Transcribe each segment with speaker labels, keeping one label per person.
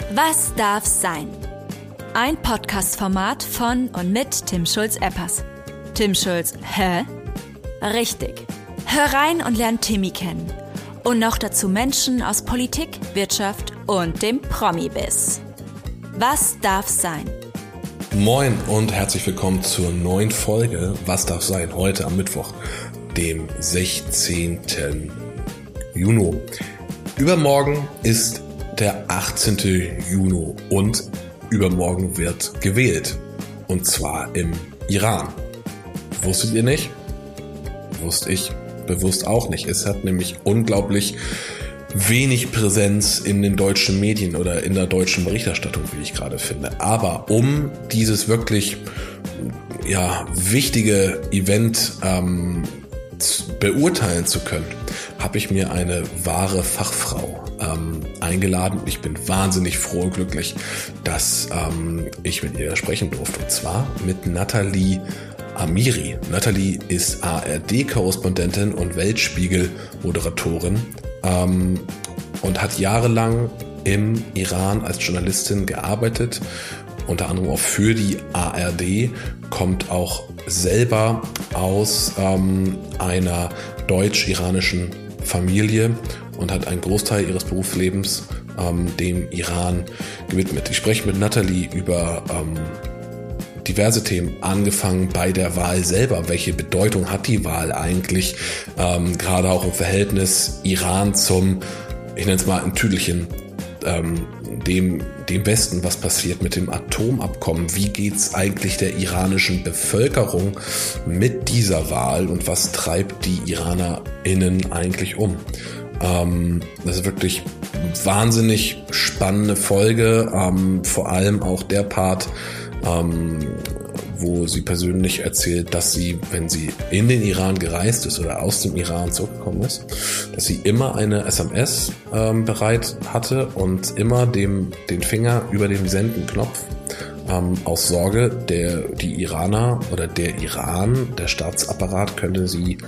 Speaker 1: Was darf sein? Ein Podcast-Format von und mit Tim Schulz-Eppers. Tim Schulz, hä? Richtig. Hör rein und lern Timmy kennen. Und noch dazu Menschen aus Politik, Wirtschaft und dem Promi-Biss. Was darf sein?
Speaker 2: Moin und herzlich willkommen zur neuen Folge Was darf sein? Heute am Mittwoch, dem 16. Juni. Übermorgen ist der 18. Juni und übermorgen wird gewählt. Und zwar im Iran. Wusstet ihr nicht? Wusste ich bewusst auch nicht. Es hat nämlich unglaublich wenig Präsenz in den deutschen Medien oder in der deutschen Berichterstattung, wie ich gerade finde. Aber um dieses wirklich wichtige Event beurteilen zu können, habe ich mir eine wahre Fachfrau eingeladen. Ich bin wahnsinnig froh und glücklich, dass ich mit ihr sprechen durfte. Und zwar mit Nathalie Amiri. Nathalie ist ARD-Korrespondentin und Weltspiegel-Moderatorin und hat jahrelang im Iran als Journalistin gearbeitet, unter anderem auch für die ARD, kommt auch selber aus einer deutsch-iranischen Familie und hat einen Großteil ihres Berufslebens dem Iran gewidmet. Ich spreche mit Nathalie über diverse Themen, angefangen bei der Wahl selber. Welche Bedeutung hat die Wahl eigentlich, gerade auch im Verhältnis Iran zum, ich nenne es mal ein Tüdelchen, dem Westen, was passiert mit dem Atomabkommen, wie geht's eigentlich der iranischen Bevölkerung mit dieser Wahl und was treibt die IranerInnen eigentlich um? Das ist wirklich wahnsinnig spannende Folge, vor allem auch der Part, wo sie persönlich erzählt, dass sie, wenn sie in den Iran gereist ist oder aus dem Iran zurückgekommen ist, dass sie immer eine SMS bereit hatte und immer den Finger über dem Senden-Knopf aus Sorge, die Iraner oder der Iran, der Staatsapparat könnte sie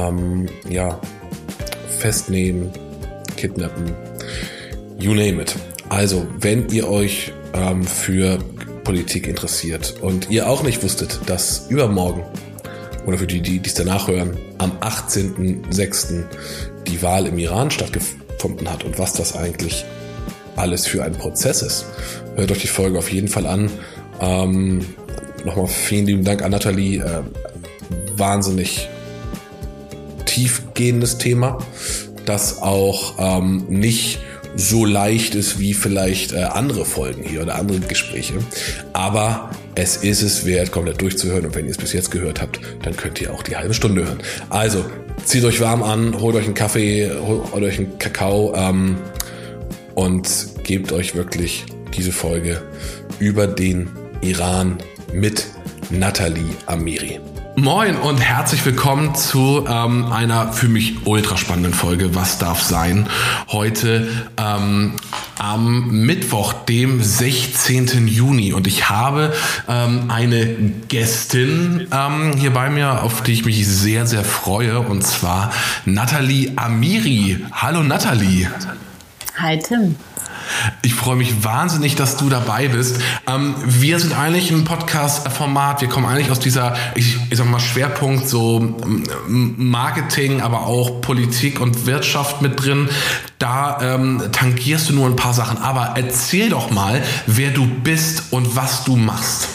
Speaker 2: festnehmen, kidnappen, you name it. Also, wenn ihr euch für Politik interessiert und ihr auch nicht wusstet, dass übermorgen oder für die es danach hören, am 18.06. die Wahl im Iran stattgefunden hat und was das eigentlich alles für ein Prozess ist, hört euch die Folge auf jeden Fall an. Nochmal vielen lieben Dank an Nathalie. Wahnsinnig tiefgehendes Thema, das auch nicht so leicht ist wie vielleicht andere Folgen hier oder andere Gespräche. Aber es ist es wert, komplett durchzuhören. Und wenn ihr es bis jetzt gehört habt, dann könnt ihr auch die halbe Stunde hören. Also, zieht euch warm an, holt euch einen Kaffee, holt euch einen Kakao und gebt euch wirklich diese Folge über den Iran mit Nathalie Amiri. Moin und herzlich willkommen zu einer für mich ultra spannenden Folge Was darf sein? Heute am Mittwoch, dem 16. Juni. Und ich habe eine Gästin hier bei mir, auf die ich mich sehr, sehr freue. Und zwar Nathalie Amiri. Hallo Nathalie.
Speaker 3: Hi Tim.
Speaker 2: Ich freue mich wahnsinnig, dass du dabei bist. Wir sind eigentlich ein Podcast-Format. Wir kommen eigentlich aus dieser, ich sag mal, Schwerpunkt so Marketing, aber auch Politik und Wirtschaft mit drin. Da tangierst du nur ein paar Sachen. Aber erzähl doch mal, wer du bist und was du machst.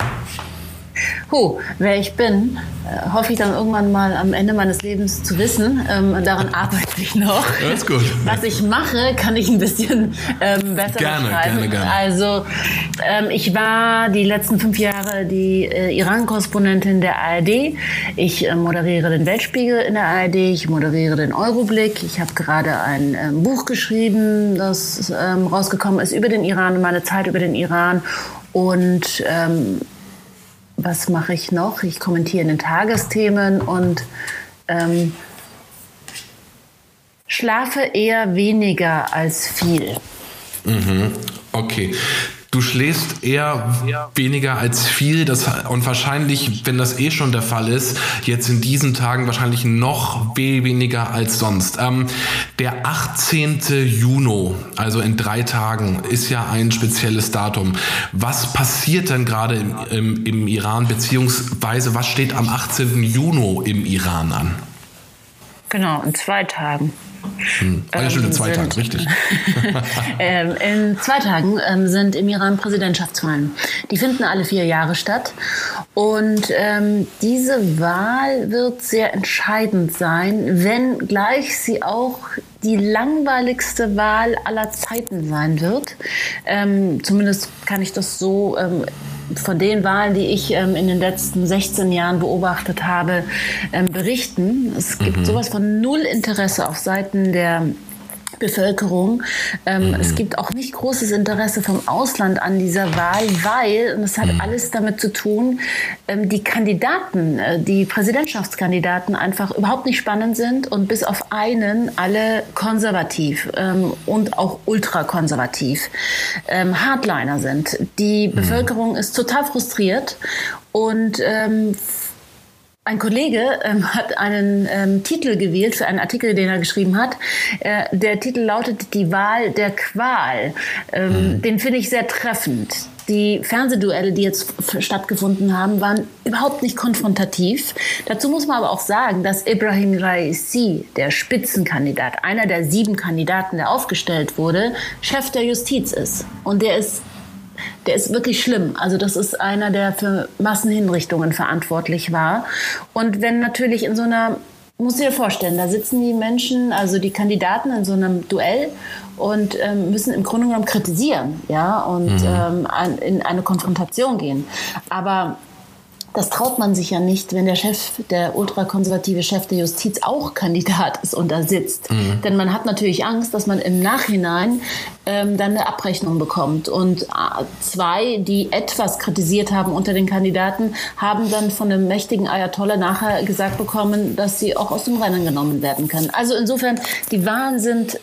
Speaker 3: Wer ich bin, hoffe ich dann irgendwann mal am Ende meines Lebens zu wissen. Daran arbeite ich noch.
Speaker 2: Das ist gut.
Speaker 3: Was ich mache, kann ich ein bisschen besser beschreiben.
Speaker 2: Gerne.
Speaker 3: Also ich war die letzten 5 Jahre die Iran-Korrespondentin der ARD. Ich moderiere den Weltspiegel in der ARD. Ich moderiere den Euroblick. Ich habe gerade ein Buch geschrieben, das rausgekommen ist über den Iran und meine Zeit über den Iran. Und was mache ich noch? Ich kommentiere in den Tagesthemen und schlafe eher weniger als viel.
Speaker 2: Okay. Du schläfst eher weniger als viel. Und wahrscheinlich, wenn das schon der Fall ist, jetzt in diesen Tagen wahrscheinlich noch weniger als sonst. Der 18. Juni, also in 3 Tagen, ist ja ein spezielles Datum. Was passiert denn gerade im Iran, beziehungsweise was steht am 18. Juni im Iran an?
Speaker 3: Genau, in 2 Tagen.
Speaker 2: Ja, stimmt, in 2 Tagen, richtig.
Speaker 3: In 2 Tagen sind im Iran Präsidentschaftswahlen. Die finden alle 4 Jahre statt. Und diese Wahl wird sehr entscheidend sein, wenngleich sie auch die langweiligste Wahl aller Zeiten sein wird. Zumindest kann ich das so von den Wahlen, die ich in den letzten 16 Jahren beobachtet habe, berichten. Es gibt sowas von null Interesse auf Seiten der Bevölkerung. Es gibt auch nicht großes Interesse vom Ausland an dieser Wahl, weil, und es hat alles damit zu tun, die Kandidaten, die Präsidentschaftskandidaten einfach überhaupt nicht spannend sind und bis auf einen alle konservativ und auch ultrakonservativ Hardliner sind. Die Bevölkerung ist total frustriert und ein Kollege hat einen Titel gewählt für einen Artikel, den er geschrieben hat. Der Titel lautet Die Wahl der Qual. Den finde ich sehr treffend. Die Fernsehduelle, die jetzt stattgefunden haben, waren überhaupt nicht konfrontativ. Dazu muss man aber auch sagen, dass Ebrahim Raisi, der Spitzenkandidat, einer der 7 Kandidaten, der aufgestellt wurde, Chef der Justiz ist. Und der ist wirklich schlimm. Also das ist einer, der für Massenhinrichtungen verantwortlich war. Und wenn natürlich in so einer, muss ich dir vorstellen, da sitzen die Menschen, also die Kandidaten in so einem Duell und müssen im Grunde genommen kritisieren, ja, und in eine Konfrontation gehen. Aber das traut man sich ja nicht, wenn der ultrakonservative Chef der Justiz auch Kandidat ist und da sitzt. Denn man hat natürlich Angst, dass man im Nachhinein dann eine Abrechnung bekommt. Und 2, die etwas kritisiert haben unter den Kandidaten, haben dann von einem mächtigen Ayatollah nachher gesagt bekommen, dass sie auch aus dem Rennen genommen werden können. Also insofern, die Wahlen sind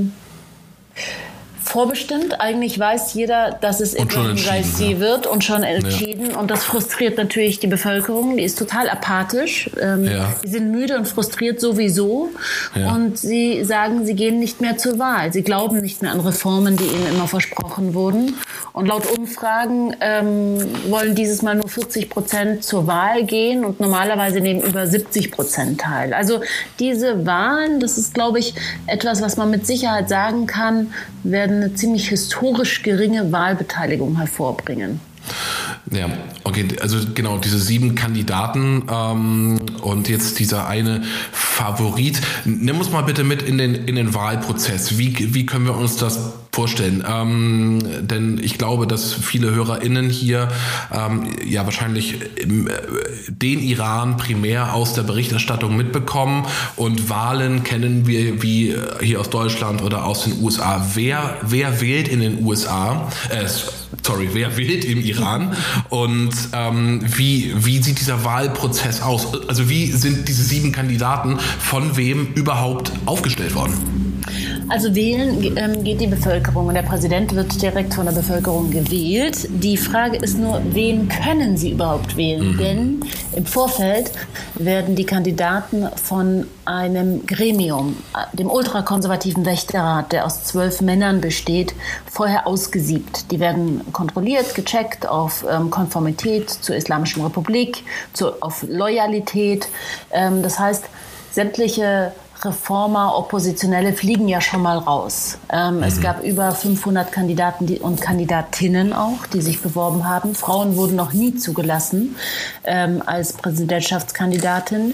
Speaker 3: vorbestimmt. Eigentlich weiß jeder, dass es Ebrahim Raisi wird und schon entschieden. Ja. Und das frustriert natürlich die Bevölkerung. Die ist total apathisch. Die sind müde und frustriert sowieso. Ja. Und sie sagen, sie gehen nicht mehr zur Wahl. Sie glauben nicht mehr an Reformen, die ihnen immer versprochen wurden. Und laut Umfragen wollen dieses Mal nur 40% zur Wahl gehen und normalerweise nehmen über 70% teil. Also diese Wahlen, das ist, glaube ich, etwas, was man mit Sicherheit sagen kann, werden eine ziemlich historisch geringe Wahlbeteiligung hervorbringen.
Speaker 2: Ja, okay, also genau, diese 7 Kandidaten und jetzt dieser eine Favorit. Nimm uns mal bitte mit in den Wahlprozess. Wie können wir uns das vorstellen? Denn ich glaube, dass viele HörerInnen hier ja wahrscheinlich den Iran primär aus der Berichterstattung mitbekommen und Wahlen kennen wir wie hier aus Deutschland oder aus den USA. Wer wählt in den USA? Wer wählt im Iran? Und wie sieht dieser Wahlprozess aus? Also wie sind diese 7 Kandidaten von wem überhaupt aufgestellt worden?
Speaker 3: Also wählen geht die Bevölkerung und der Präsident wird direkt von der Bevölkerung gewählt. Die Frage ist nur, wen können sie überhaupt wählen? Denn im Vorfeld werden die Kandidaten von einem Gremium, dem ultrakonservativen Wächterrat, der aus 12 Männern besteht, vorher ausgesiebt. Die werden kontrolliert, gecheckt auf Konformität zur Islamischen Republik, auf Loyalität. Das heißt, sämtliche Reformer, Oppositionelle fliegen ja schon mal raus. Es gab über 500 Kandidaten und Kandidatinnen auch, die sich beworben haben. Frauen wurden noch nie zugelassen als Präsidentschaftskandidatin.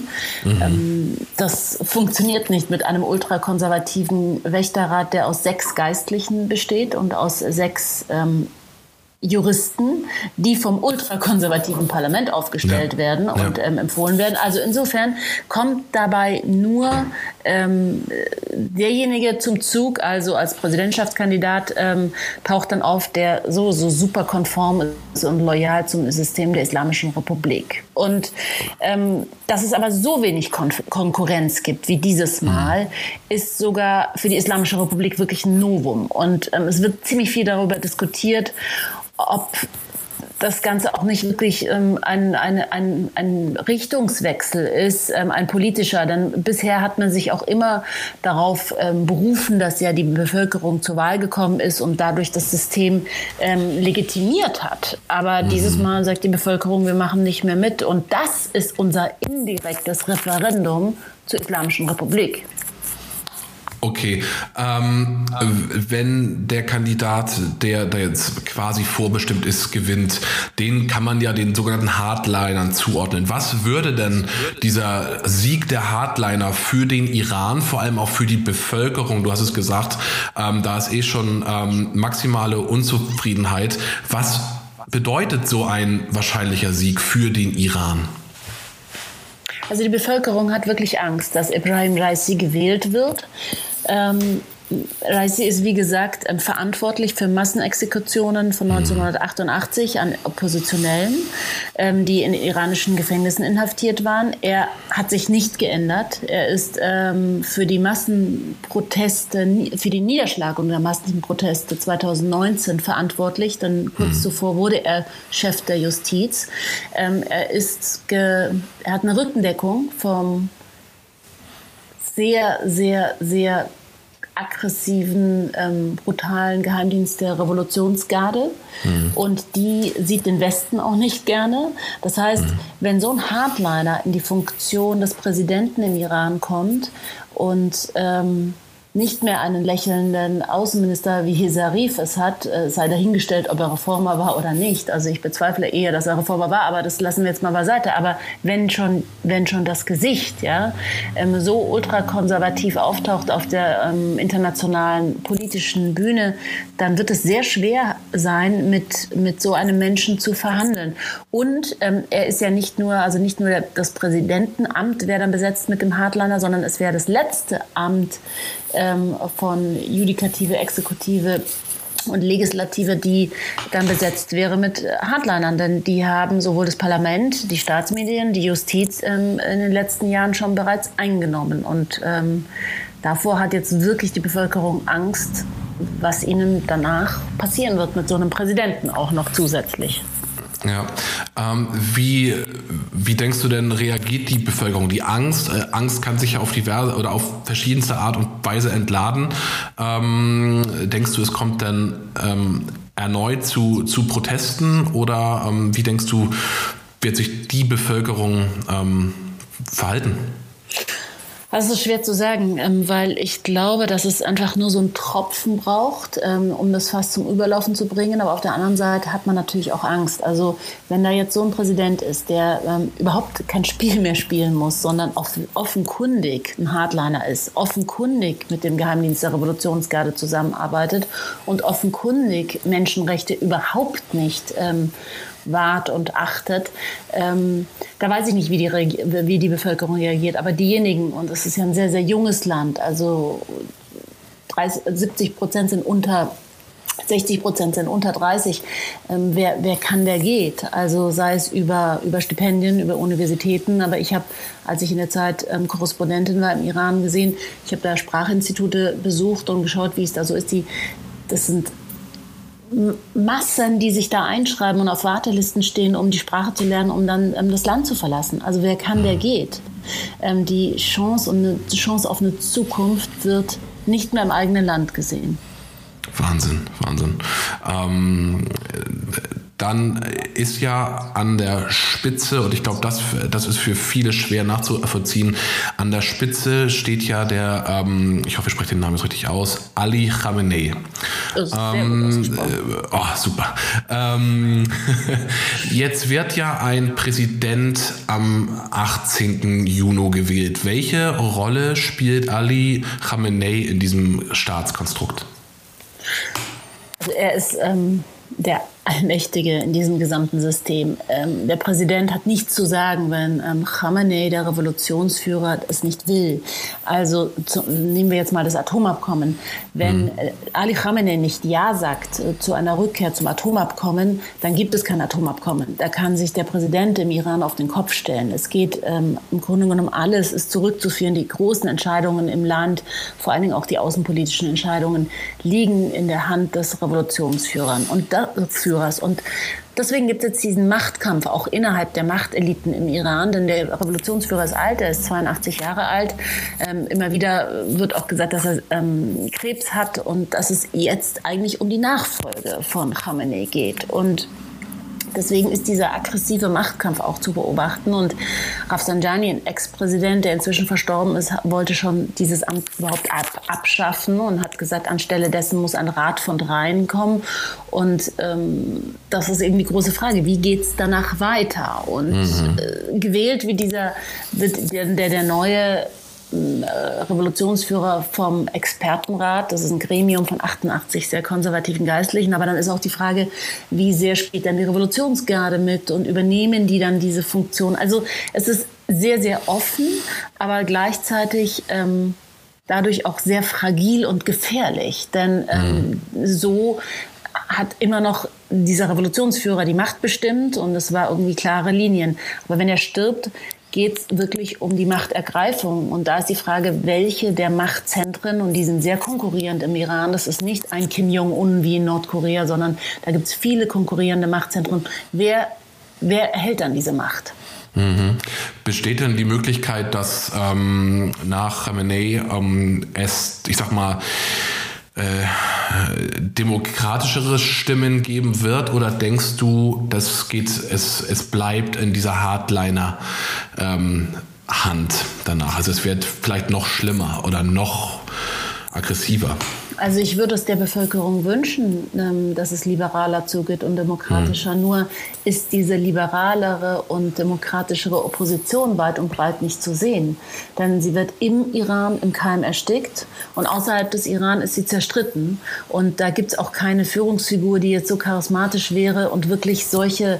Speaker 3: Das funktioniert nicht mit einem ultrakonservativen Wächterrat, der aus 6 Geistlichen besteht und aus 6 Juristen, die vom ultrakonservativen Parlament aufgestellt werden und empfohlen werden. Also insofern kommt dabei nur derjenige zum Zug, also als Präsidentschaftskandidat taucht dann auf, der so super konform ist und loyal zum System der Islamischen Republik. Und dass es aber so wenig Konkurrenz gibt wie dieses Mal, ist sogar für die Islamische Republik wirklich ein Novum. Und es wird ziemlich viel darüber diskutiert, ob das Ganze auch nicht wirklich ein Richtungswechsel ist, ein politischer. Denn bisher hat man sich auch immer darauf berufen, dass ja die Bevölkerung zur Wahl gekommen ist und dadurch das System legitimiert hat. Aber dieses Mal sagt die Bevölkerung, wir machen nicht mehr mit. Und das ist unser indirektes Referendum zur Islamischen Republik.
Speaker 2: Okay, wenn der Kandidat, der jetzt quasi vorbestimmt ist, gewinnt, den kann man ja den sogenannten Hardlinern zuordnen. Was würde denn dieser Sieg der Hardliner für den Iran, vor allem auch für die Bevölkerung, du hast es gesagt, da ist schon maximale Unzufriedenheit. Was bedeutet so ein wahrscheinlicher Sieg für den Iran?
Speaker 3: Also die Bevölkerung hat wirklich Angst, dass Ebrahim Raisi gewählt wird. Raisi ist, wie gesagt, verantwortlich für Massenexekutionen von 1988 an Oppositionellen, die in iranischen Gefängnissen inhaftiert waren. Er hat sich nicht geändert. Er ist für die Massenproteste, für die Niederschlagung der Massenproteste 2019 verantwortlich. Dann kurz zuvor wurde er Chef der Justiz. Er hat eine Rückendeckung vom sehr, sehr, sehr aggressiven, brutalen Geheimdienst der Revolutionsgarde. Und die sieht den Westen auch nicht gerne. Das heißt, wenn so ein Hardliner in die Funktion des Präsidenten im Iran kommt und nicht mehr einen lächelnden Außenminister wie Zarif es hat, sei dahingestellt, ob er Reformer war oder nicht. Also ich bezweifle eher, dass er Reformer war, aber das lassen wir jetzt mal beiseite. Aber wenn schon das Gesicht so ultrakonservativ auftaucht auf der internationalen politischen Bühne, dann wird es sehr schwer sein, mit so einem Menschen zu verhandeln. Und er ist ja nicht nur das Präsidentenamt wäre dann besetzt mit dem Hardliner, sondern es wäre das letzte Amt von Judikative, Exekutive und Legislative, die dann besetzt wäre mit Hardlinern. Denn die haben sowohl das Parlament, die Staatsmedien, die Justiz in den letzten Jahren schon bereits eingenommen. Und davor hat jetzt wirklich die Bevölkerung Angst, was ihnen danach passieren wird mit so einem Präsidenten auch noch zusätzlich.
Speaker 2: Ja, wie denkst du denn, reagiert die Bevölkerung? Die Angst kann sich ja auf diverse oder auf verschiedenste Art und Weise entladen. Denkst du, es kommt dann erneut zu Protesten oder wie denkst du, wird sich die Bevölkerung verhalten?
Speaker 3: Das ist schwer zu sagen, weil ich glaube, dass es einfach nur so einen Tropfen braucht, um das Fass zum Überlaufen zu bringen. Aber auf der anderen Seite hat man natürlich auch Angst. Also wenn da jetzt so ein Präsident ist, der überhaupt kein Spiel mehr spielen muss, sondern offenkundig ein Hardliner ist, offenkundig mit dem Geheimdienst der Revolutionsgarde zusammenarbeitet und offenkundig Menschenrechte überhaupt nicht wahrt und achtet. Da weiß ich nicht, wie die Bevölkerung reagiert. Aber diejenigen, und es ist ja ein sehr, sehr junges Land, also 60% sind unter 30. Wer kann, der geht. Also sei es über Stipendien, über Universitäten. Aber ich habe, als ich in der Zeit Korrespondentin war im Iran, gesehen, ich habe da Sprachinstitute besucht und geschaut, wie es da so ist. Das sind Massen, die sich da einschreiben und auf Wartelisten stehen, um die Sprache zu lernen, um dann das Land zu verlassen. Also wer kann, der geht. Die Chance auf eine Zukunft wird nicht mehr im eigenen Land gesehen.
Speaker 2: Wahnsinn. Dann ist ja an der Spitze, und ich glaube, das ist für viele schwer nachzuvollziehen, an der Spitze steht ja der, ich hoffe, ich spreche den Namen jetzt richtig aus, Ali Khamenei.
Speaker 3: Das ist sehr gut
Speaker 2: super. Jetzt wird ja ein Präsident am 18. Juni gewählt. Welche Rolle spielt Ali Khamenei in diesem Staatskonstrukt?
Speaker 3: Also er ist der Allmächtige in diesem gesamten System. Der Präsident hat nichts zu sagen, wenn Khamenei, der Revolutionsführer, es nicht will. Also nehmen wir jetzt mal das Atomabkommen. Wenn Ali Khamenei nicht Ja sagt zu einer Rückkehr zum Atomabkommen, dann gibt es kein Atomabkommen. Da kann sich der Präsident im Iran auf den Kopf stellen. Es geht im Grunde genommen alles ist zurückzuführen. Die großen Entscheidungen im Land, vor allen Dingen auch die außenpolitischen Entscheidungen, liegen in der Hand des Revolutionsführers. Und Revolutionsführers. Und deswegen gibt es jetzt diesen Machtkampf auch innerhalb der Machteliten im Iran, denn der Revolutionsführer ist alt, er ist 82 Jahre alt. Immer wieder wird auch gesagt, dass er Krebs hat und dass es jetzt eigentlich um die Nachfolge von Khamenei geht. Und deswegen ist dieser aggressive Machtkampf auch zu beobachten. Und Rafsanjani, ein Ex-Präsident, der inzwischen verstorben ist, wollte schon dieses Amt überhaupt abschaffen und hat gesagt, anstelle dessen muss ein Rat von dreien kommen. Und das ist eben die große Frage, wie geht es danach weiter? Und gewählt wird der neue Revolutionsführer vom Expertenrat. Das ist ein Gremium von 88 sehr konservativen Geistlichen. Aber dann ist auch die Frage, wie sehr spielt dann die Revolutionsgarde mit und übernehmen die dann diese Funktion? Also es ist sehr, sehr offen, aber gleichzeitig dadurch auch sehr fragil und gefährlich. Denn so hat immer noch dieser Revolutionsführer die Macht bestimmt und es war irgendwie klare Linien. Aber wenn er stirbt, geht es wirklich um die Machtergreifung. Und da ist die Frage, welche der Machtzentren, und die sind sehr konkurrierend im Iran, das ist nicht ein Kim Jong-un wie in Nordkorea, sondern da gibt es viele konkurrierende Machtzentren. Wer erhält dann diese Macht?
Speaker 2: Besteht denn die Möglichkeit, dass nach Khamenei demokratischere Stimmen geben wird, oder denkst du, es bleibt in dieser Hardliner Hand danach? Also es wird vielleicht noch schlimmer oder noch aggressiver.
Speaker 3: Also ich würde es der Bevölkerung wünschen, dass es liberaler zugeht und demokratischer. Nur ist diese liberalere und demokratischere Opposition weit und breit nicht zu sehen. Denn sie wird im Iran im Keim erstickt und außerhalb des Iran ist sie zerstritten. Und da gibt es auch keine Führungsfigur, die jetzt so charismatisch wäre und wirklich solche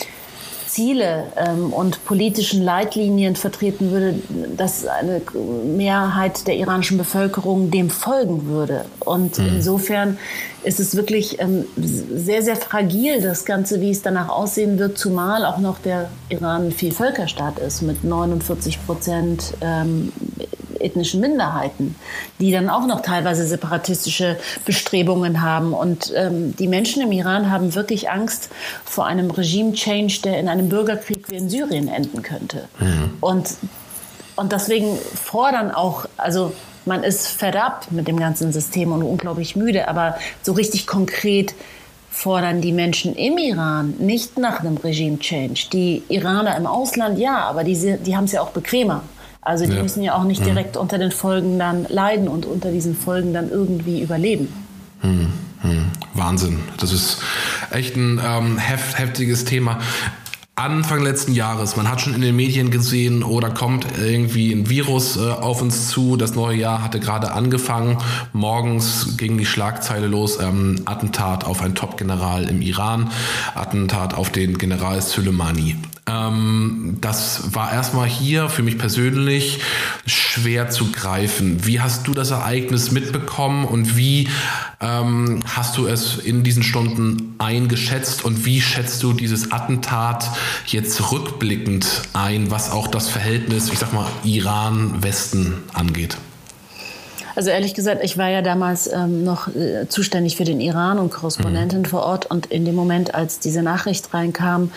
Speaker 3: Ziele und politischen Leitlinien vertreten würde, dass eine Mehrheit der iranischen Bevölkerung dem folgen würde. Und insofern ist es wirklich sehr, sehr fragil, das Ganze, wie es danach aussehen wird, zumal auch noch der Iran ein Vielvölkerstaat ist mit 49% ethnischen Minderheiten, die dann auch noch teilweise separatistische Bestrebungen haben. Und die Menschen im Iran haben wirklich Angst vor einem Regime-Change, der in einem Bürgerkrieg wie in Syrien enden könnte. Und deswegen fordern auch, also man ist fed up mit dem ganzen System und unglaublich müde, aber so richtig konkret fordern die Menschen im Iran nicht nach einem Regime-Change. Die Iraner im Ausland, ja, aber die haben es ja auch bequemer. Also die müssen ja auch nicht direkt unter den Folgen dann leiden und unter diesen Folgen dann irgendwie überleben.
Speaker 2: Wahnsinn. Das ist echt ein heftiges Thema. Anfang letzten Jahres, man hat schon in den Medien gesehen, da kommt irgendwie ein Virus auf uns zu. Das neue Jahr hatte gerade angefangen. Morgens ging die Schlagzeile los. Attentat auf einen Top-General im Iran. Attentat auf den General Soleimani. Das war erstmal hier für mich persönlich schwer zu greifen. Wie hast du das Ereignis mitbekommen und wie hast du es in diesen Stunden eingeschätzt und wie schätzt du dieses Attentat jetzt rückblickend ein, was auch das Verhältnis, Iran-Westen angeht?
Speaker 3: Also ehrlich gesagt, ich war ja damals noch zuständig für den Iran und Korrespondentin vor Ort und in dem Moment, als diese Nachricht reinkam,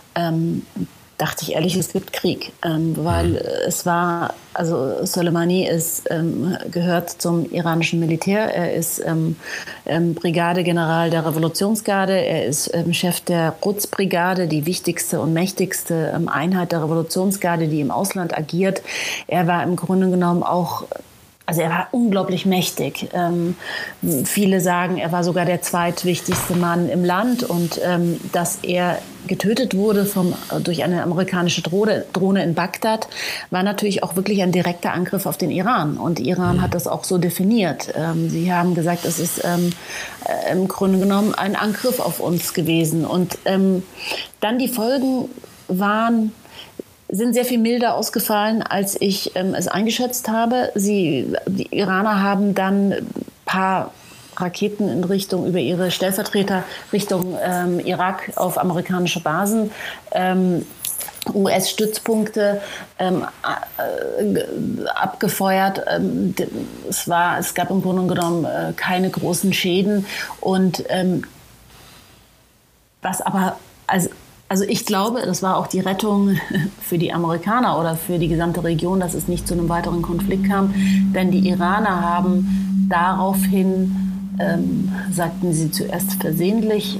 Speaker 3: dachte ich ehrlich, es gibt Krieg, weil es war, also Soleimani gehört zum iranischen Militär, er ist Brigadegeneral der Revolutionsgarde, er ist Chef der Quds-Brigade, die wichtigste und mächtigste Einheit der Revolutionsgarde, die im Ausland agiert. Er war im Grunde genommen auch, also er war unglaublich mächtig. Viele sagen, er war sogar der zweitwichtigste Mann im Land und dass er getötet wurde durch eine amerikanische Drohne in Bagdad, war natürlich auch wirklich ein direkter Angriff auf den Iran. Und Iran hat das auch so definiert. Sie haben gesagt, es ist im Grunde genommen ein Angriff auf uns gewesen. Und dann die Folgen sind sehr viel milder ausgefallen, als ich es eingeschätzt habe. Die Iraner haben dann ein paar Raketen über ihre Stellvertreter Richtung Irak auf amerikanische Basen, US-Stützpunkte abgefeuert. Es gab im Grunde genommen keine großen Schäden und Was aber, also ich glaube, das war auch die Rettung für die Amerikaner oder für die gesamte Region, dass es nicht zu einem weiteren Konflikt kam. Denn die Iraner haben daraufhin, sagten sie zuerst versehentlich,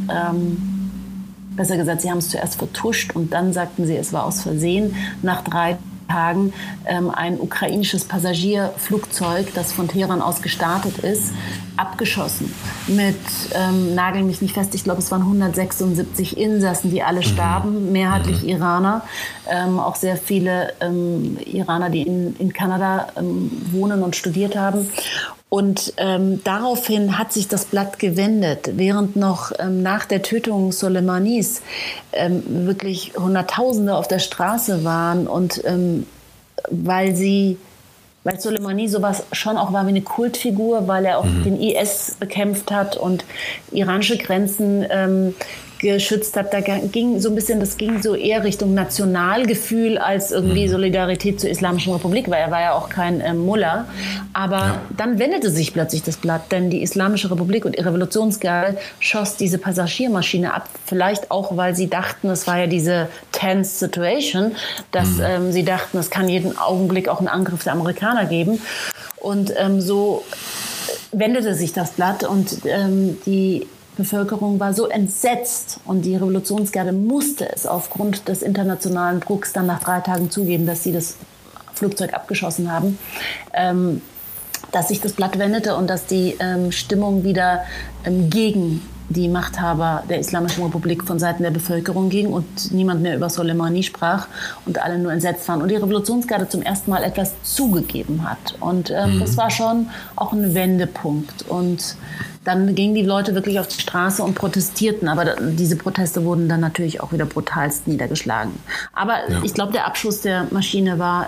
Speaker 3: besser gesagt, sie haben es zuerst vertuscht und dann sagten sie, es war aus Versehen, nach 3 Tagen ein ukrainisches Passagierflugzeug, das von Teheran aus gestartet ist, abgeschossen. Mit, nagel mich nicht fest, ich glaube, es waren 176 Insassen, die alle starben, mehrheitlich Iraner. Auch sehr viele Iraner, die in Kanada wohnen und studiert haben. Und daraufhin hat sich das Blatt gewendet, während noch nach der Tötung Soleimanis wirklich Hunderttausende auf der Straße waren und weil Soleimani sowas schon auch war wie eine Kultfigur, weil er auch den IS bekämpft hat und iranische Grenzen geschützt hat. Da ging so ein bisschen, das ging so eher Richtung Nationalgefühl als irgendwie Solidarität zur Islamischen Republik, weil er war ja auch kein Mullah. Aber dann wendete sich plötzlich das Blatt, denn die Islamische Republik und ihre Revolutionsgarde schoss diese Passagiermaschine ab. Vielleicht auch, weil sie dachten, es war ja diese tense situation, dass sie dachten, es kann jeden Augenblick auch einen Angriff der Amerikaner geben. Und so wendete sich das Blatt und die Bevölkerung war so entsetzt und die Revolutionsgarde musste es aufgrund des internationalen Drucks dann nach 3 Tagen zugeben, dass sie das Flugzeug abgeschossen haben, dass sich das Blatt wendete und dass die Stimmung wieder gegen die Machthaber der Islamischen Republik von Seiten der Bevölkerung ging und niemand mehr über Soleimani sprach und alle nur entsetzt waren. Und die Revolutionsgarde zum ersten Mal etwas zugegeben hat. Und das war schon auch ein Wendepunkt. Und dann gingen die Leute wirklich auf die Straße und protestierten. Aber diese Proteste wurden dann natürlich auch wieder brutalst niedergeschlagen. Aber ich glaube, der Abschuss der Maschine war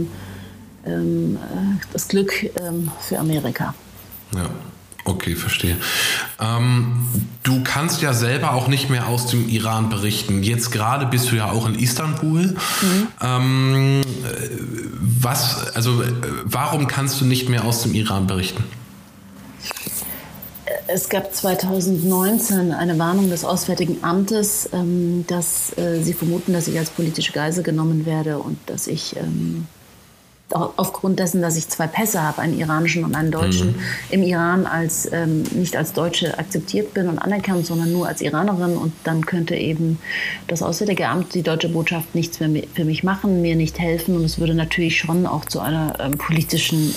Speaker 3: das Glück für Amerika.
Speaker 2: Ja. Okay, verstehe. Du kannst ja selber auch nicht mehr aus dem Iran berichten. Jetzt gerade bist du ja auch in Istanbul. Warum kannst du nicht mehr aus dem Iran berichten?
Speaker 3: Es gab 2019 eine Warnung des Auswärtigen Amtes, dass sie vermuten, dass ich als politische Geisel genommen werde und dass ich aufgrund dessen, dass ich 2 Pässe habe, einen iranischen und einen deutschen, im Iran nicht als Deutsche akzeptiert bin und anerkannt, sondern nur als Iranerin. Und dann könnte eben das Auswärtige Amt, die deutsche Botschaft, nichts mehr für mich machen, mir nicht helfen. Und es würde natürlich schon auch zu einer politischen,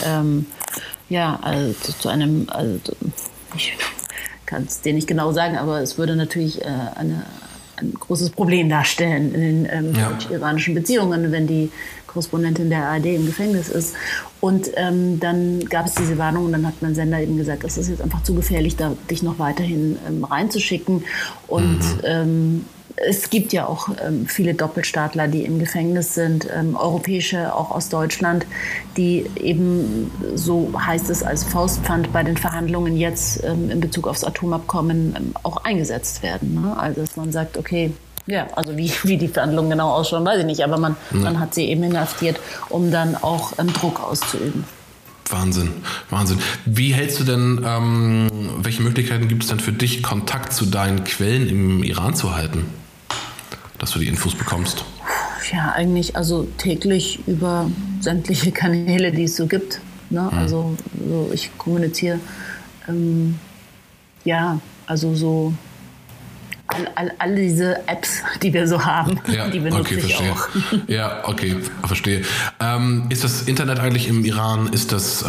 Speaker 3: ich kann es dir nicht genau sagen, aber es würde natürlich ein großes Problem darstellen in den deutsch-iranischen Beziehungen, wenn die Korrespondentin der ARD im Gefängnis ist. Und dann gab es diese Warnung und dann hat mein Sender eben gesagt, es ist jetzt einfach zu gefährlich, da dich noch weiterhin reinzuschicken. Und es gibt ja auch viele Doppelstaatler, die im Gefängnis sind, europäische, auch aus Deutschland, die eben, so heißt es, als Faustpfand bei den Verhandlungen jetzt in Bezug aufs Atomabkommen auch eingesetzt werden. Ne? Also dass man sagt, okay, ja, also wie die Verhandlungen genau ausschauen, weiß ich nicht, aber man hat sie eben inhaftiert, um dann auch Druck auszuüben.
Speaker 2: Wahnsinn. Wie hältst du denn, welche Möglichkeiten gibt es denn für dich, Kontakt zu deinen Quellen im Iran zu halten, dass du die Infos bekommst?
Speaker 3: Ja, eigentlich also täglich über sämtliche Kanäle, die es so gibt. Ne? Also so, ich kommuniziere, so all diese Apps, die wir so haben, die benutze ich auch.
Speaker 2: Ja, okay, verstehe. Ist das Internet eigentlich im Iran, ist das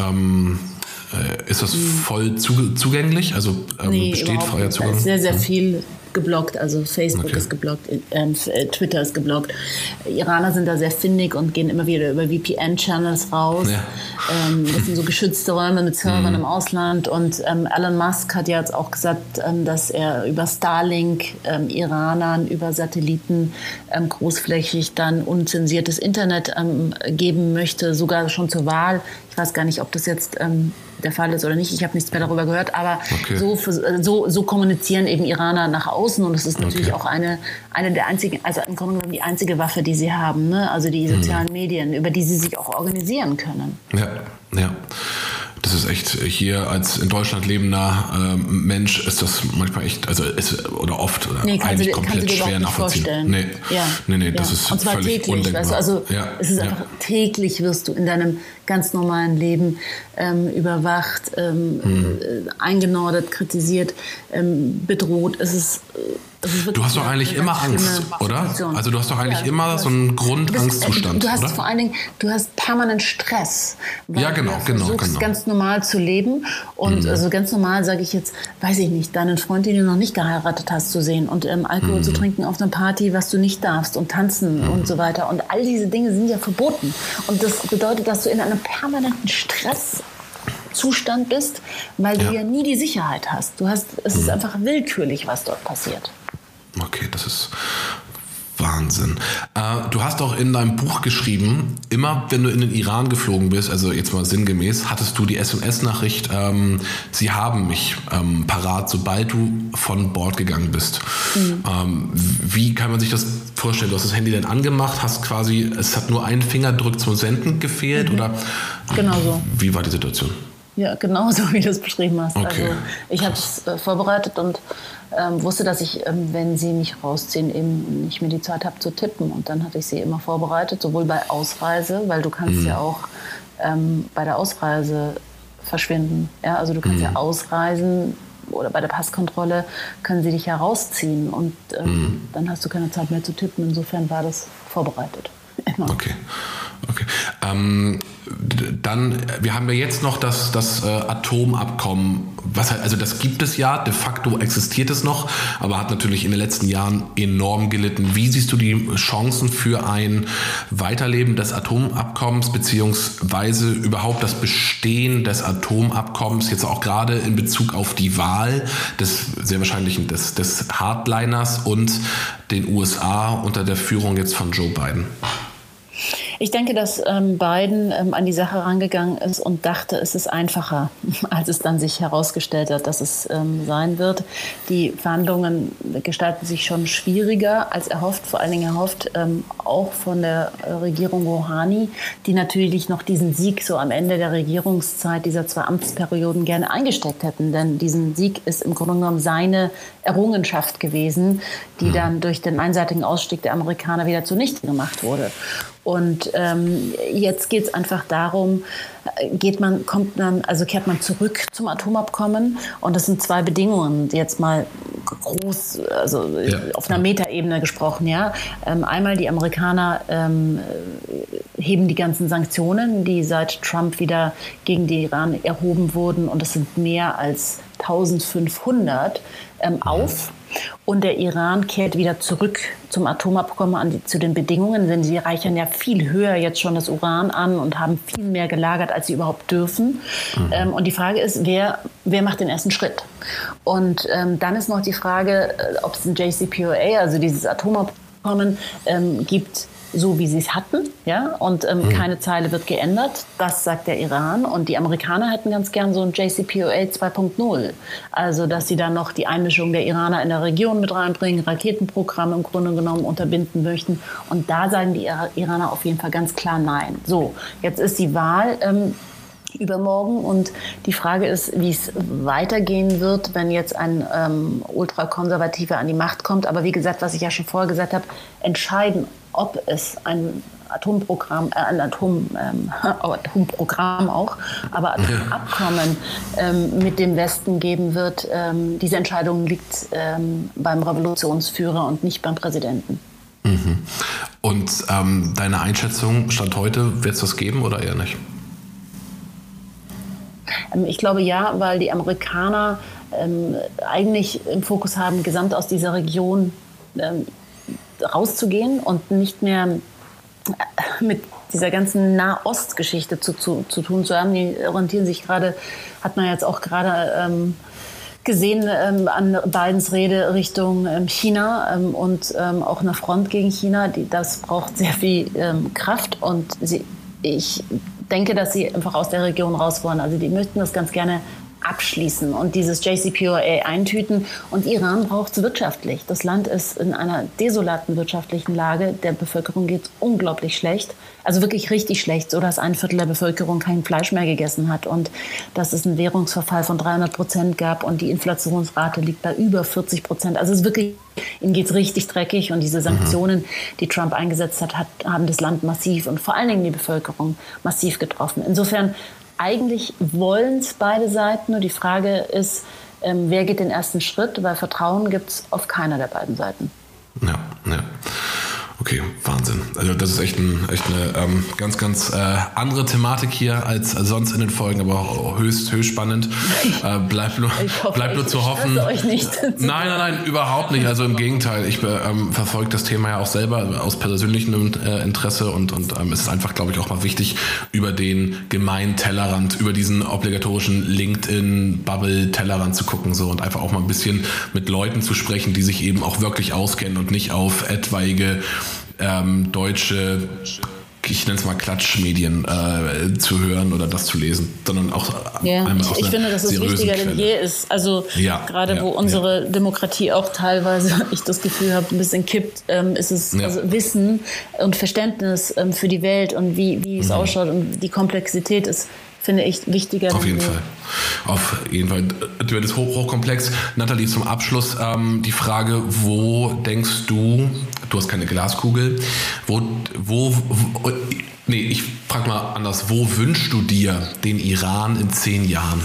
Speaker 2: voll zugänglich? Also besteht freier Zugang?
Speaker 3: Da ist sehr, sehr viel geblockt, also Facebook ist geblockt, Twitter ist geblockt. Iraner sind da sehr findig und gehen immer wieder über VPN-Channels raus. Ja. Das sind so geschützte Räume mit Servern im Ausland und Elon Musk hat ja jetzt auch gesagt, dass er über Starlink Iranern über Satelliten großflächig dann unzensiertes Internet geben möchte, sogar schon zur Wahl. Ich weiß gar nicht, ob das jetzt der Fall ist oder nicht. Ich habe nichts mehr darüber gehört, aber so kommunizieren eben Iraner nach außen und es ist natürlich auch eine der einzigen, also im Grunde genommen die einzige Waffe, die sie haben, ne? Also die sozialen Medien, über die sie sich auch organisieren können.
Speaker 2: Ja. Das ist echt, hier als in Deutschland lebender Mensch ist das manchmal echt, also oder oft oder eigentlich komplett schwer nachvollziehen. Nee, das ist und zwar völlig täglich, undenkbar.
Speaker 3: Weißt du, also es ist einfach täglich wirst du in deinem ganz normalen Leben überwacht, eingenordet, kritisiert, bedroht.
Speaker 2: Du hast doch eigentlich immer Angst, oder? Also du hast doch eigentlich immer so einen Grundangstzustand,
Speaker 3: du hast
Speaker 2: oder?
Speaker 3: Vor allen Dingen, du hast permanent Stress.
Speaker 2: Weil du versuchst,
Speaker 3: ganz normal zu leben. Und also ganz normal sage ich jetzt, weiß ich nicht, deinen Freund, den du noch nicht geheiratet hast, zu sehen und Alkohol zu trinken auf einer Party, was du nicht darfst und tanzen und so weiter. Und all diese Dinge sind ja verboten. Und das bedeutet, dass du in einem permanenten Stresszustand bist, weil du ja nie die Sicherheit hast. Es ist einfach willkürlich, was dort passiert.
Speaker 2: Okay, das ist Wahnsinn. Du hast auch in deinem Buch geschrieben, immer wenn du in den Iran geflogen bist, also jetzt mal sinngemäß, hattest du die SMS-Nachricht, sie haben mich parat, sobald du von Bord gegangen bist. Wie kann man sich das vorstellen? Du hast das Handy dann angemacht, hast quasi, es hat nur ein Fingerdruck zum Senden gefehlt oder?
Speaker 3: Genau so.
Speaker 2: Wie war die Situation?
Speaker 3: Ja, genau so, wie du es beschrieben hast.
Speaker 2: Okay.
Speaker 3: Also ich habe es vorbereitet und wusste, dass ich, wenn sie mich rausziehen, eben nicht mehr die Zeit habe zu tippen. Und dann hatte ich sie immer vorbereitet, sowohl bei Ausreise, weil du kannst ja auch bei der Ausreise verschwinden. Ja? Also du kannst ja ausreisen oder bei der Passkontrolle können sie dich ja rausziehen. Und dann hast du keine Zeit mehr zu tippen. Insofern war das vorbereitet. Immer.
Speaker 2: Okay. Dann, wir haben ja jetzt noch das Atomabkommen, also das gibt es ja, de facto existiert es noch, aber hat natürlich in den letzten Jahren enorm gelitten. Wie siehst du die Chancen für ein Weiterleben des Atomabkommens beziehungsweise überhaupt das Bestehen des Atomabkommens, jetzt auch gerade in Bezug auf die Wahl des sehr wahrscheinlichen des Hardliners und den USA unter der Führung jetzt von Joe Biden?
Speaker 3: Ich denke, dass Biden an die Sache rangegangen ist und dachte, es ist einfacher, als es dann sich herausgestellt hat, dass es sein wird. Die Verhandlungen gestalten sich schon schwieriger als erhofft, vor allen Dingen erhofft auch von der Regierung Rouhani, die natürlich noch diesen Sieg so am Ende der Regierungszeit dieser 2 Amtsperioden gerne eingesteckt hätten. Denn diesen Sieg ist im Grunde genommen seine Errungenschaft gewesen, die dann durch den einseitigen Ausstieg der Amerikaner wieder zunichte gemacht wurde. Und jetzt geht es einfach darum, kehrt man zurück zum Atomabkommen. Und das sind 2 Bedingungen, jetzt mal groß, also auf einer Metaebene gesprochen. Ja. Einmal die Amerikaner heben die ganzen Sanktionen, die seit Trump wieder gegen den Iran erhoben wurden. Und es sind mehr als 1500 auf. Und der Iran kehrt wieder zurück zum Atomabkommen, zu den Bedingungen, denn sie reichern ja viel höher jetzt schon das Uran an und haben viel mehr gelagert, als sie überhaupt dürfen. Und die Frage ist, wer macht den ersten Schritt? Und dann ist noch die Frage, ob es ein JCPOA, also dieses Atomabkommen, gibt, so wie sie es hatten, ja, und keine Zeile wird geändert. Das sagt der Iran. Und die Amerikaner hätten ganz gern so ein JCPOA 2.0. Also, dass sie dann noch die Einmischung der Iraner in der Region mit reinbringen, Raketenprogramme im Grunde genommen unterbinden möchten. Und da sagen die Iraner auf jeden Fall ganz klar Nein. So, jetzt ist die Wahl übermorgen und die Frage ist, wie es weitergehen wird, wenn jetzt ein Ultrakonservativer an die Macht kommt. Aber wie gesagt, was ich ja schon vorher gesagt habe, entscheiden, ob es ein Atomprogramm auch, aber Atomabkommen mit dem Westen geben wird. Diese Entscheidung liegt beim Revolutionsführer und nicht beim Präsidenten.
Speaker 2: Und deine Einschätzung, Stand heute, wird es das geben oder eher nicht?
Speaker 3: Ich glaube ja, weil die Amerikaner eigentlich im Fokus haben, gesamt aus dieser Region rauszugehen und nicht mehr mit dieser ganzen Nahost-Geschichte zu tun zu haben. Die orientieren sich gerade, hat man jetzt auch gerade gesehen an Bidens Rede Richtung China und auch eine Front gegen China. Das braucht sehr viel Kraft und ich denke, dass sie einfach aus der Region raus wollen. Also die möchten das ganz gerne abschließen und dieses JCPOA eintüten. Und Iran braucht es wirtschaftlich. Das Land ist in einer desolaten wirtschaftlichen Lage. Der Bevölkerung geht es unglaublich schlecht. Also wirklich richtig schlecht, so dass 1/4 der Bevölkerung kein Fleisch mehr gegessen hat und dass es einen Währungsverfall von 300% gab und die Inflationsrate liegt bei über 40%. Also es ist wirklich, ihnen geht es richtig dreckig und diese Sanktionen, die Trump eingesetzt hat, haben das Land massiv und vor allen Dingen die Bevölkerung massiv getroffen. Insofern, eigentlich wollen es beide Seiten, nur die Frage ist, wer geht den ersten Schritt, weil Vertrauen gibt es auf keiner der beiden Seiten.
Speaker 2: Ja. Okay, Wahnsinn. Also das ist echt eine ganz, ganz andere Thematik hier als sonst in den Folgen, aber auch höchst spannend. Bleibt nur zu hoffen.
Speaker 3: Euch nicht.
Speaker 2: Nein, überhaupt nicht. Also im Gegenteil, ich verfolge das Thema ja auch selber aus persönlichem Interesse und es ist einfach, glaube ich, auch mal wichtig, über den gemeinen Tellerrand, über diesen obligatorischen LinkedIn-Bubble-Tellerrand zu gucken so und einfach auch mal ein bisschen mit Leuten zu sprechen, die sich eben auch wirklich auskennen und nicht auf etwaige deutsche, ich nenne es mal Klatschmedien zu hören oder das zu lesen, sondern auch einmal aus
Speaker 3: ich finde, dass es wichtiger denn je ist. Also gerade wo unsere Demokratie auch teilweise, ich das Gefühl habe, ein bisschen kippt, ist es also Wissen und Verständnis für die Welt und wie es ausschaut und die Komplexität ist, finde ich, wichtiger.
Speaker 2: Auf jeden Fall. Du bist hochkomplex. Nathalie, zum Abschluss die Frage, wo denkst du hast keine Glaskugel, ich frage mal anders, wo wünschst du dir den Iran in 10 Jahren?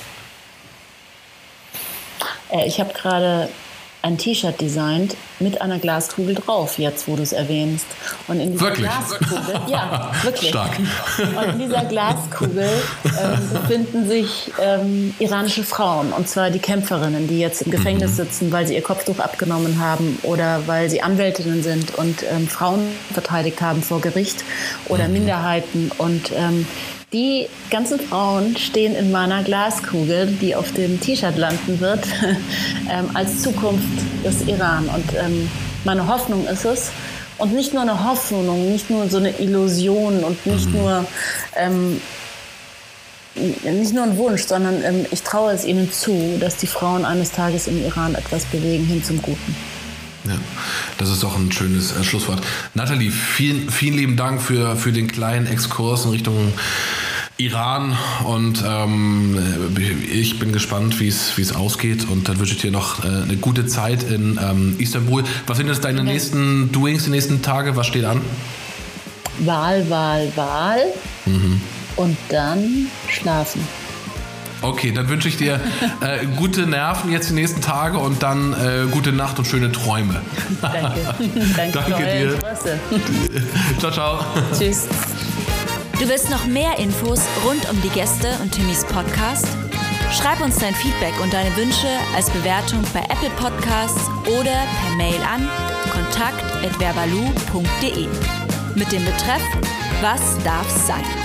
Speaker 3: Ich habe gerade ein T-Shirt designt mit einer Glaskugel drauf, jetzt wo du es erwähnst. Und in dieser Glaskugel, ja, wirklich.
Speaker 2: Stark.
Speaker 3: Und in dieser Glaskugel befinden sich iranische Frauen, und zwar die Kämpferinnen, die jetzt im Gefängnis sitzen, weil sie ihr Kopftuch abgenommen haben oder weil sie Anwältinnen sind und Frauen verteidigt haben vor Gericht oder Minderheiten. Und die ganzen Frauen stehen in meiner Glaskugel, die auf dem T-Shirt landen wird, als Zukunft des Iran. Und meine Hoffnung ist es, und nicht nur eine Hoffnung, nicht nur so eine Illusion und nicht nur ein Wunsch, sondern ich traue es ihnen zu, dass die Frauen eines Tages im Iran etwas bewegen hin zum Guten.
Speaker 2: Ja, das ist doch ein schönes Schlusswort. Nathalie, vielen, vielen lieben Dank für den kleinen Exkurs in Richtung Iran und ich bin gespannt, wie es ausgeht und dann wünsche ich dir noch eine gute Zeit in Istanbul. Was sind jetzt deine nächsten Doings, die nächsten Tage? Was steht an?
Speaker 3: Wahl. Und dann schlafen.
Speaker 2: Okay, dann wünsche ich dir gute Nerven jetzt die nächsten Tage und dann gute Nacht und schöne Träume.
Speaker 3: Danke
Speaker 2: dir. Ciao.
Speaker 3: Tschüss.
Speaker 1: Du willst noch mehr Infos rund um die Gäste und Timmys Podcast? Schreib uns dein Feedback und deine Wünsche als Bewertung bei Apple Podcasts oder per Mail an kontakt@verbalu.de mit dem Betreff Was darf's sein?